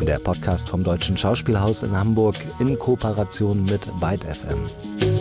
der Podcast vom Deutschen Schauspielhaus in Hamburg in Kooperation mit Byte FM.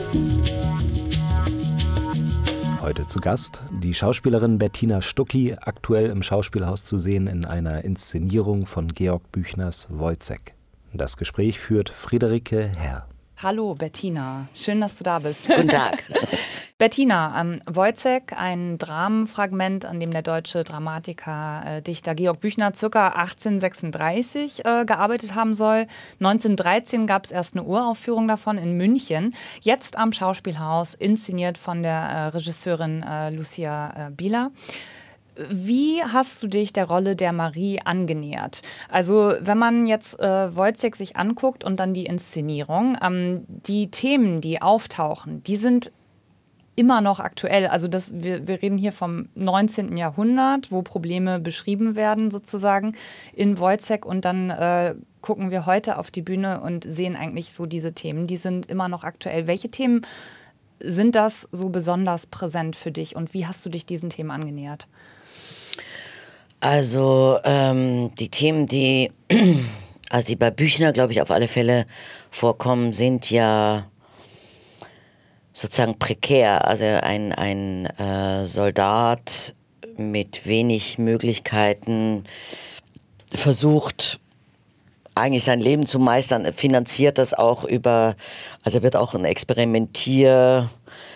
Heute zu Gast die Schauspielerin Bettina Stucki, aktuell im Schauspielhaus zu sehen in einer Inszenierung von Georg Büchners Woyzeck. Das Gespräch führt Friederike Herr. Hallo Bettina, schön, dass du da bist. Guten Tag. Bettina, Woyzeck, ein Dramenfragment, an dem der deutsche Dramatiker, Dichter Georg Büchner ca. 1836 gearbeitet haben soll. 1913 gab es erst eine Uraufführung davon in München. Jetzt am Schauspielhaus, inszeniert von der Regisseurin Lucia Bieler. Wie hast du dich der Rolle der Marie angenähert? Also wenn man jetzt Woyzeck sich anguckt und dann die Inszenierung, die Themen, die auftauchen, die sind immer noch aktuell. Also wir reden hier vom 19. Jahrhundert, wo Probleme beschrieben werden sozusagen in Woyzeck, und dann gucken wir heute auf die Bühne und sehen eigentlich so diese Themen, die sind immer noch aktuell. Welche Themen sind das so besonders präsent für dich und wie hast du dich diesen Themen angenähert? Also die Themen, die bei Büchner, glaube ich, auf alle Fälle vorkommen, sind ja sozusagen prekär. Also ein Soldat mit wenig Möglichkeiten versucht eigentlich sein Leben zu meistern, finanziert das auch also wird auch ein Experimentierfeld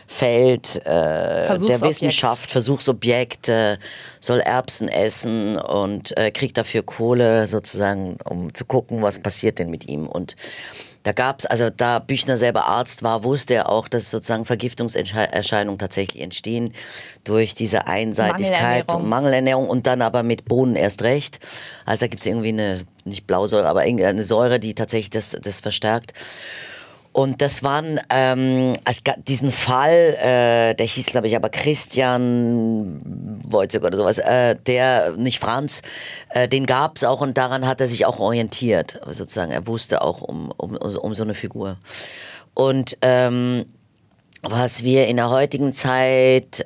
der Wissenschaft, Versuchsobjekt, soll Erbsen essen und kriegt dafür Kohle sozusagen, um zu gucken, was passiert denn mit ihm. Und da gab's, also da Büchner selber Arzt war, wusste er auch, dass sozusagen Vergiftungserscheinungen tatsächlich entstehen durch diese Einseitigkeit und Mangelernährung und dann aber mit Bohnen erst recht. Also da gibt's irgendwie nicht Blausäure, aber irgendeine Säure, die tatsächlich das verstärkt. Und das waren, diesen Fall, der hieß, glaube ich, aber Christian Woyzeck oder sowas, nicht Franz, den gab's auch und daran hat er sich auch orientiert, sozusagen. Er wusste auch um so eine Figur. Und was wir in der heutigen Zeit,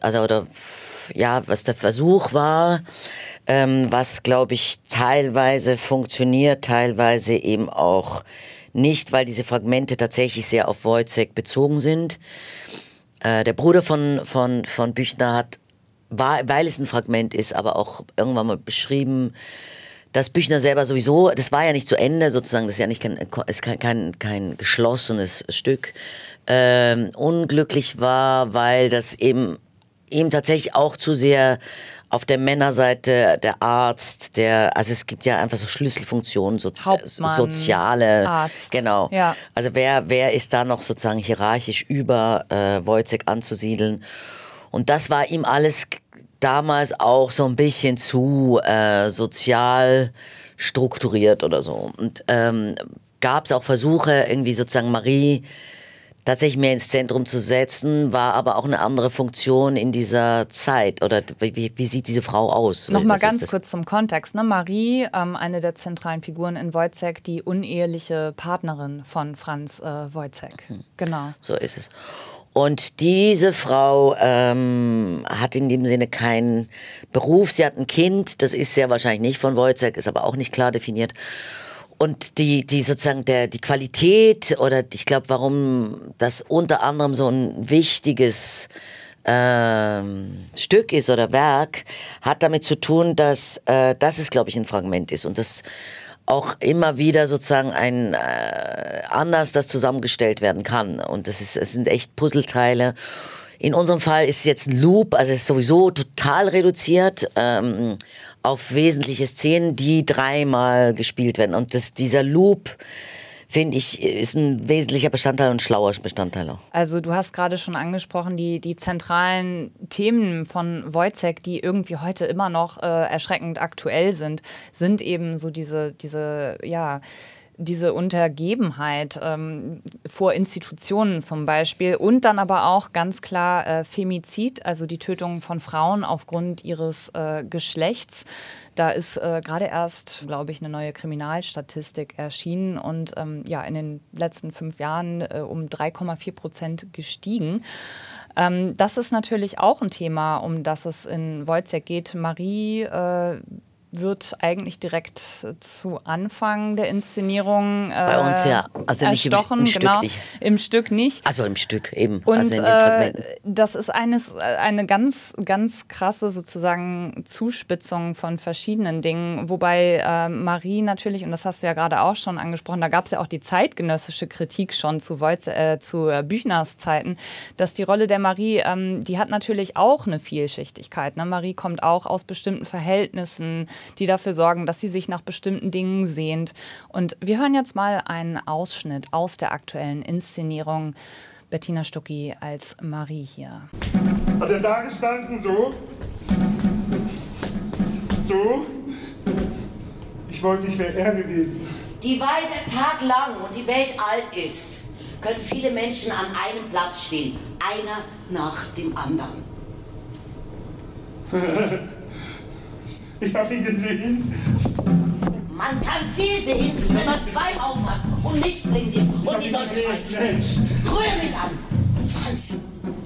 was der Versuch war, was, glaube ich, teilweise funktioniert, teilweise eben auch nicht, weil diese Fragmente tatsächlich sehr auf Woyzeck bezogen sind. Der Bruder von Büchner weil es ein Fragment ist, aber auch irgendwann mal beschrieben, dass Büchner selber sowieso, das war ja nicht zu Ende sozusagen, das ist ja nicht kein geschlossenes Stück, unglücklich war, weil das eben tatsächlich auch zu sehr auf der Männerseite der Arzt, also es gibt ja einfach so Schlüsselfunktionen, soziale, Arzt. Genau. Ja. Also wer ist da noch sozusagen hierarchisch über Woyzeck anzusiedeln? Und das war ihm alles damals auch so ein bisschen zu sozial strukturiert oder so. Und gab es auch Versuche, irgendwie sozusagen Marie tatsächlich mehr ins Zentrum zu setzen, war aber auch eine andere Funktion in dieser Zeit. Oder wie sieht diese Frau aus? Nochmal ganz kurz zum Kontext. Ne? Marie, eine der zentralen Figuren in Woyzeck, die uneheliche Partnerin von Franz Woyzeck. Genau. So ist es. Und diese Frau hat in dem Sinne keinen Beruf. Sie hat ein Kind, das ist sehr wahrscheinlich nicht von Woyzeck, ist aber auch nicht klar definiert. Und die sozusagen die Qualität oder ich glaube, warum das unter anderem so ein wichtiges Stück ist oder Werk, hat damit zu tun, dass es, glaube ich, ein Fragment ist und das auch immer wieder sozusagen anders das zusammengestellt werden kann. Und es sind echt Puzzleteile. In unserem Fall ist es jetzt ein Loop, also es ist sowieso total reduziert auf wesentliche Szenen, die 3-mal gespielt werden. Und dieser Loop, finde ich, ist ein wesentlicher Bestandteil und ein schlauer Bestandteil auch. Also du hast gerade schon angesprochen, die zentralen Themen von Woyzeck, die irgendwie heute immer noch erschreckend aktuell sind eben so diese Untergebenheit vor Institutionen zum Beispiel und dann aber auch ganz klar Femizid, also die Tötung von Frauen aufgrund ihres Geschlechts. Da ist gerade erst, glaube ich, eine neue Kriminalstatistik erschienen und in den letzten 5 Jahren um 3,4% gestiegen. Das ist natürlich auch ein Thema, um das es in Woyzeck geht. Marie wird eigentlich direkt zu Anfang der Inszenierung bei uns ja, also nicht erstochen. im Stück nicht. Im Stück nicht. Also im Stück eben, Und also in den Fragmenten. das ist eine ganz, ganz krasse sozusagen Zuspitzung von verschiedenen Dingen, wobei Marie natürlich, und das hast du ja gerade auch schon angesprochen, da gab es ja auch die zeitgenössische Kritik schon zu Büchners Zeiten, dass die Rolle der Marie, die hat natürlich auch eine Vielschichtigkeit. Ne? Marie kommt auch aus bestimmten Verhältnissen, die dafür sorgen, dass sie sich nach bestimmten Dingen sehnt. Und wir hören jetzt mal einen Ausschnitt aus der aktuellen Inszenierung. Bettina Stucki als Marie hier. Hat er da gestanden, so? So? Ich wollte, ich wäre er gewesen. Dieweil der Tag lang und die Welt alt ist, können viele Menschen an einem Platz stehen, einer nach dem anderen. Ich habe ihn gesehen. Man kann viel sehen, wenn man zwei Augen hat und nicht blind ist und die Sonne scheint. Rühr mich an, Franz!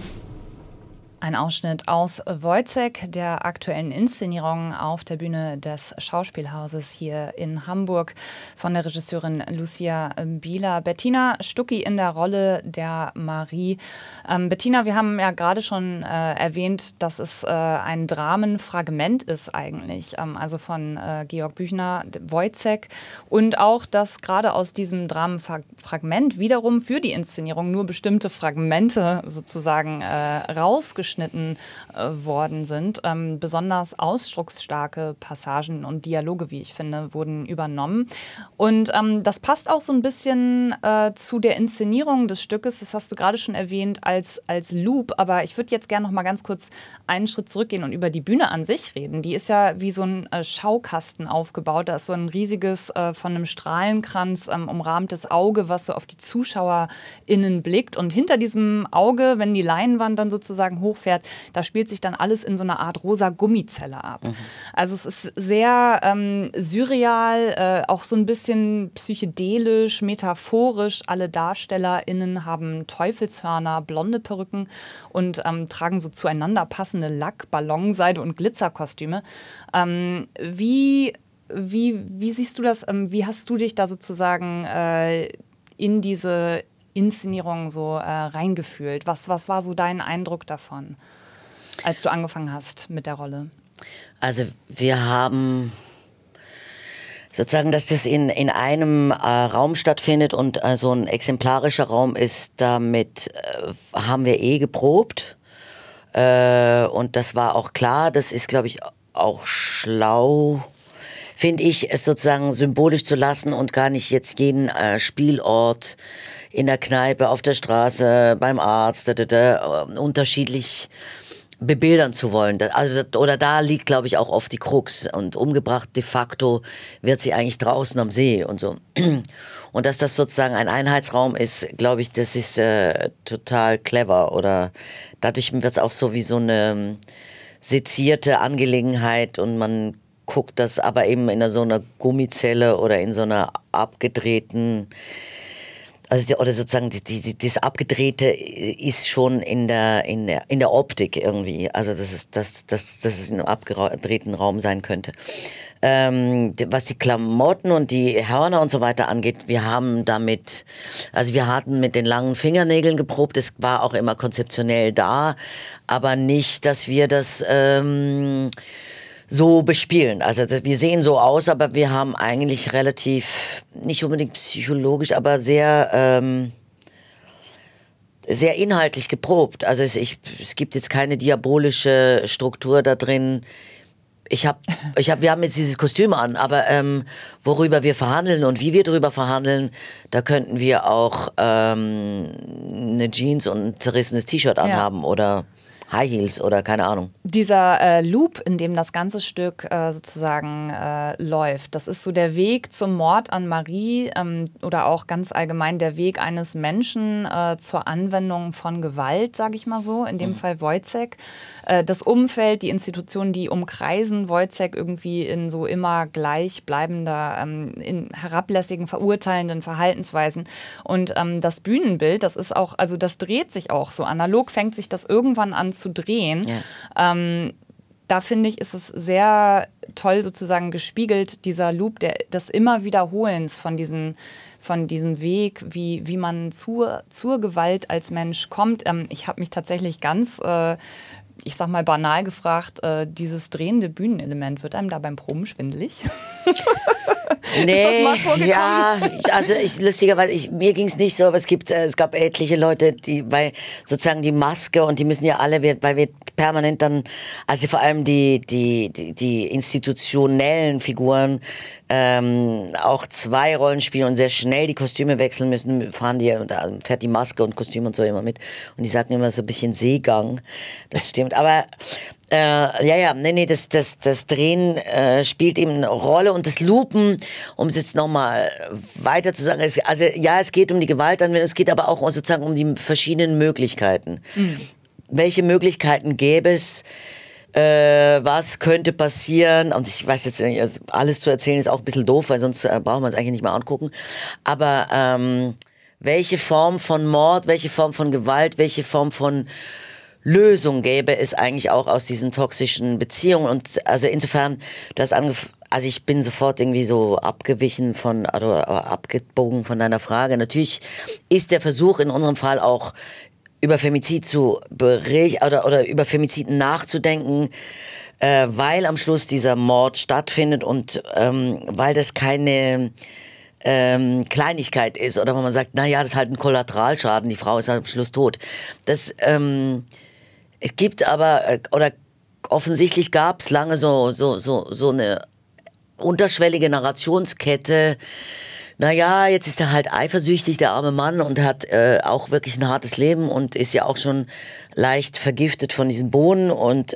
Ein Ausschnitt aus Wojzeck, der aktuellen Inszenierung auf der Bühne des Schauspielhauses hier in Hamburg von der Regisseurin Lucia Bieler. Bettina Stucki in der Rolle der Marie. Bettina, wir haben ja gerade schon erwähnt, dass es ein Dramenfragment ist eigentlich, also von Georg Büchner, Wojzeck, und auch, dass gerade aus diesem Dramenfragment wiederum für die Inszenierung nur bestimmte Fragmente sozusagen rausgeschnitten worden sind. Besonders ausdrucksstarke Passagen und Dialoge, wie ich finde, wurden übernommen. Und das passt auch so ein bisschen zu der Inszenierung des Stückes. Das hast du gerade schon erwähnt als Loop. Aber ich würde jetzt gerne noch mal ganz kurz einen Schritt zurückgehen und über die Bühne an sich reden. Die ist ja wie so ein Schaukasten aufgebaut. Da ist so ein riesiges, von einem Strahlenkranz umrahmtes Auge, was so auf die ZuschauerInnen blickt. Und hinter diesem Auge, wenn die Leinwand dann sozusagen hochfährt, da spielt sich dann alles in so einer Art rosa Gummizelle ab. Mhm. Also es ist sehr surreal, auch so ein bisschen psychedelisch, metaphorisch. Alle DarstellerInnen haben Teufelshörner, blonde Perücken und tragen so zueinander passende Lack-, Ballonseide- und Glitzerkostüme. Wie siehst du das? Wie hast du dich da sozusagen in diese Inszenierung so reingefühlt? Was war so dein Eindruck davon, als du angefangen hast mit der Rolle? Also wir haben sozusagen, dass das in einem Raum stattfindet und so ein exemplarischer Raum ist, damit haben wir geprobt. Und das war auch klar, das ist, glaube ich, auch schlau, finde ich, es sozusagen symbolisch zu lassen und gar nicht jetzt jeden Spielort in der Kneipe, auf der Straße, beim Arzt, unterschiedlich bebildern zu wollen. Oder da liegt, glaube ich, auch oft die Krux. Und umgebracht de facto wird sie eigentlich draußen am See und so. Und dass das sozusagen ein Einheitsraum ist, glaube ich, das ist total clever. Oder dadurch wird es auch so wie so eine sezierte Angelegenheit und man guckt das aber eben in so einer Gummizelle oder in so einer abgedrehten, oder sozusagen das Abgedrehte ist schon in der Optik irgendwie. Also dass es in einem abgedrehten Raum sein könnte. Was die Klamotten und die Hörner und so weiter angeht, wir hatten mit den langen Fingernägeln geprobt, es war auch immer konzeptionell da, aber nicht, dass wir das so bespielen. Also wir sehen so aus, aber wir haben eigentlich relativ, nicht unbedingt psychologisch, aber sehr inhaltlich geprobt. Also es gibt jetzt keine diabolische Struktur da drin. Wir haben jetzt dieses Kostüm an, aber worüber wir verhandeln und wie wir darüber verhandeln, da könnten wir auch eine Jeans und ein zerrissenes T-Shirt anhaben oder High Heels oder keine Ahnung. Dieser Loop, in dem das ganze Stück sozusagen läuft, das ist so der Weg zum Mord an Marie oder auch ganz allgemein der Weg eines Menschen zur Anwendung von Gewalt, sage ich mal so, in dem Fall Wojzeck. Das Umfeld, die Institutionen, die umkreisen Wojzeck irgendwie in so immer gleichbleibender, in herablässigen, verurteilenden Verhaltensweisen. Und das Bühnenbild, das ist auch, also das dreht sich auch so analog, fängt sich das irgendwann an zu drehen. Ja. da finde ich, ist es sehr toll sozusagen gespiegelt, dieser Loop des Immerwiederholens von diesem Weg, wie man zur Gewalt als Mensch kommt. Ich habe mich tatsächlich ganz, ich sag mal banal gefragt, dieses drehende Bühnenelement, wird einem da beim Proben schwindelig? Nee, ja, also lustigerweise, mir ging es nicht so, aber es gab etliche Leute, weil sozusagen die Maske und die müssen ja alle, weil wir permanent dann, also vor allem die institutionellen Figuren auch 2 Rollen spielen und sehr schnell die Kostüme wechseln müssen, fährt die Maske und Kostüm und so immer mit und die sagen immer so ein bisschen Seegang, das stimmt, aber das Drehen spielt eben eine Rolle und das Loopen, um es jetzt nochmal weiter zu sagen, es geht um die Gewaltanwendung, es geht aber auch sozusagen um die verschiedenen Möglichkeiten. Mhm. Welche Möglichkeiten gäbe es? Was könnte passieren? Und ich weiß jetzt nicht, also alles zu erzählen ist auch ein bisschen doof, weil sonst braucht man es eigentlich nicht mehr angucken. Aber welche Form von Mord, welche Form von Gewalt, welche Form von Lösung gäbe es eigentlich auch aus diesen toxischen Beziehungen? Und also insofern, ich bin sofort irgendwie so abgebogen von deiner Frage. Natürlich ist der Versuch in unserem Fall auch über Femizid zu berichten oder über Femizid nachzudenken, weil am Schluss dieser Mord stattfindet und weil das keine Kleinigkeit ist oder wo man sagt, naja, das ist halt ein Kollateralschaden, die Frau ist halt am Schluss tot. Es gibt aber, oder offensichtlich gab es lange so eine unterschwellige Narrationskette. Naja, jetzt ist er halt eifersüchtig, der arme Mann, und hat auch wirklich ein hartes Leben und ist ja auch schon leicht vergiftet von diesen Bohnen und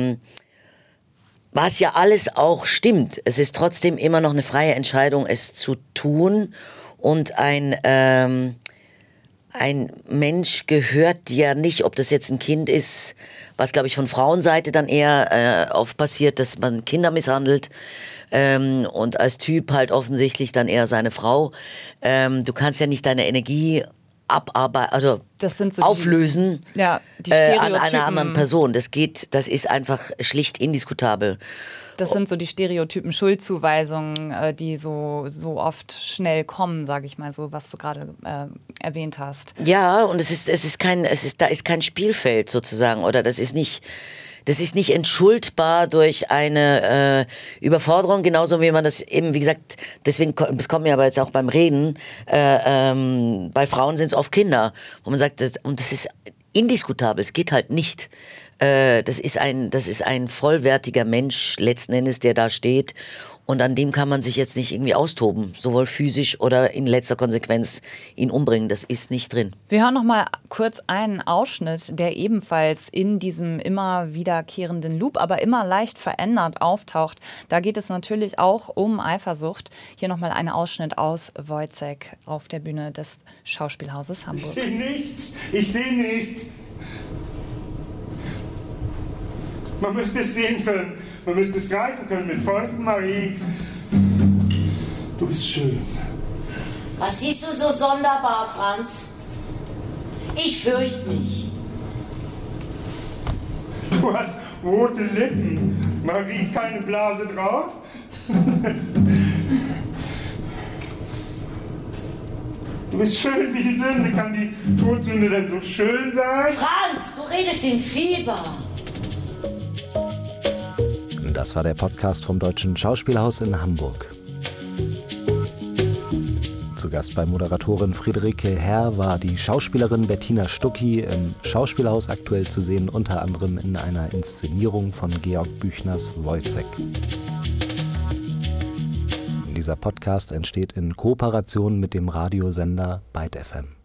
was ja alles auch stimmt. Es ist trotzdem immer noch eine freie Entscheidung, es zu tun, und ein Mensch gehört ja nicht, ob das jetzt ein Kind ist, was glaube ich von Frauenseite dann eher oft passiert, dass man Kinder misshandelt und als Typ halt offensichtlich dann eher seine Frau. Du kannst ja nicht deine Energie abarbeiten, also das sind so auflösen die Stereotypen an einer anderen Person. Das ist einfach schlicht indiskutabel. Das sind so die Stereotypen Schuldzuweisungen, die so oft schnell kommen, sage ich mal so, was du gerade erwähnt hast. Ja, und da ist kein Spielfeld sozusagen, oder das ist nicht entschuldbar durch eine Überforderung, genauso wie man das eben, wie gesagt, deswegen, das kommt mir aber jetzt auch beim Reden, bei Frauen sind es oft Kinder, wo man sagt, und das ist indiskutabel, es geht halt nicht. Das ist ein vollwertiger Mensch letzten Endes, der da steht, und an dem kann man sich jetzt nicht irgendwie austoben, sowohl physisch oder in letzter Konsequenz ihn umbringen, das ist nicht drin. Wir hören noch mal kurz einen Ausschnitt, der ebenfalls in diesem immer wiederkehrenden Loop, aber immer leicht verändert auftaucht. Da geht es natürlich auch um Eifersucht. Hier noch mal ein Ausschnitt aus Wojciech auf der Bühne des Schauspielhauses Hamburg. Ich sehe nichts. Man müsste es sehen können, man müsste es greifen können mit Fäusten, Marie. Du bist schön. Was siehst du so sonderbar, Franz? Ich fürchte mich. Du hast rote Lippen. Marie, keine Blase drauf? Du bist schön wie die Sünde. Kann die Todsünde denn so schön sein? Franz, du redest im Fieber. Das war der Podcast vom Deutschen Schauspielhaus in Hamburg. Zu Gast bei Moderatorin Friederike Herr war die Schauspielerin Bettina Stucki, im Schauspielhaus aktuell zu sehen, unter anderem in einer Inszenierung von Georg Büchners Wojciech. Dieser Podcast entsteht in Kooperation mit dem Radiosender Byte FM.